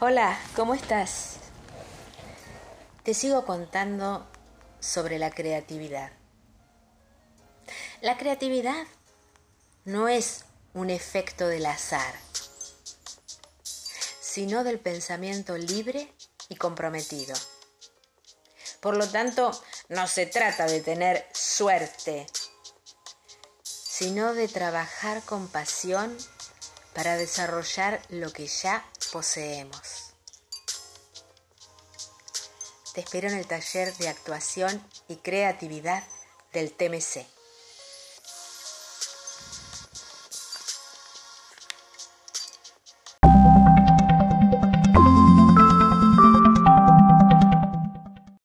Hola, ¿cómo estás? Te sigo contando sobre la creatividad. La creatividad no es un efecto del azar, sino del pensamiento libre y comprometido. Por lo tanto, no se trata de tener suerte, sino de trabajar con pasión para desarrollar lo que ya poseemos. Te espero en el taller de actuación y creatividad del TMC.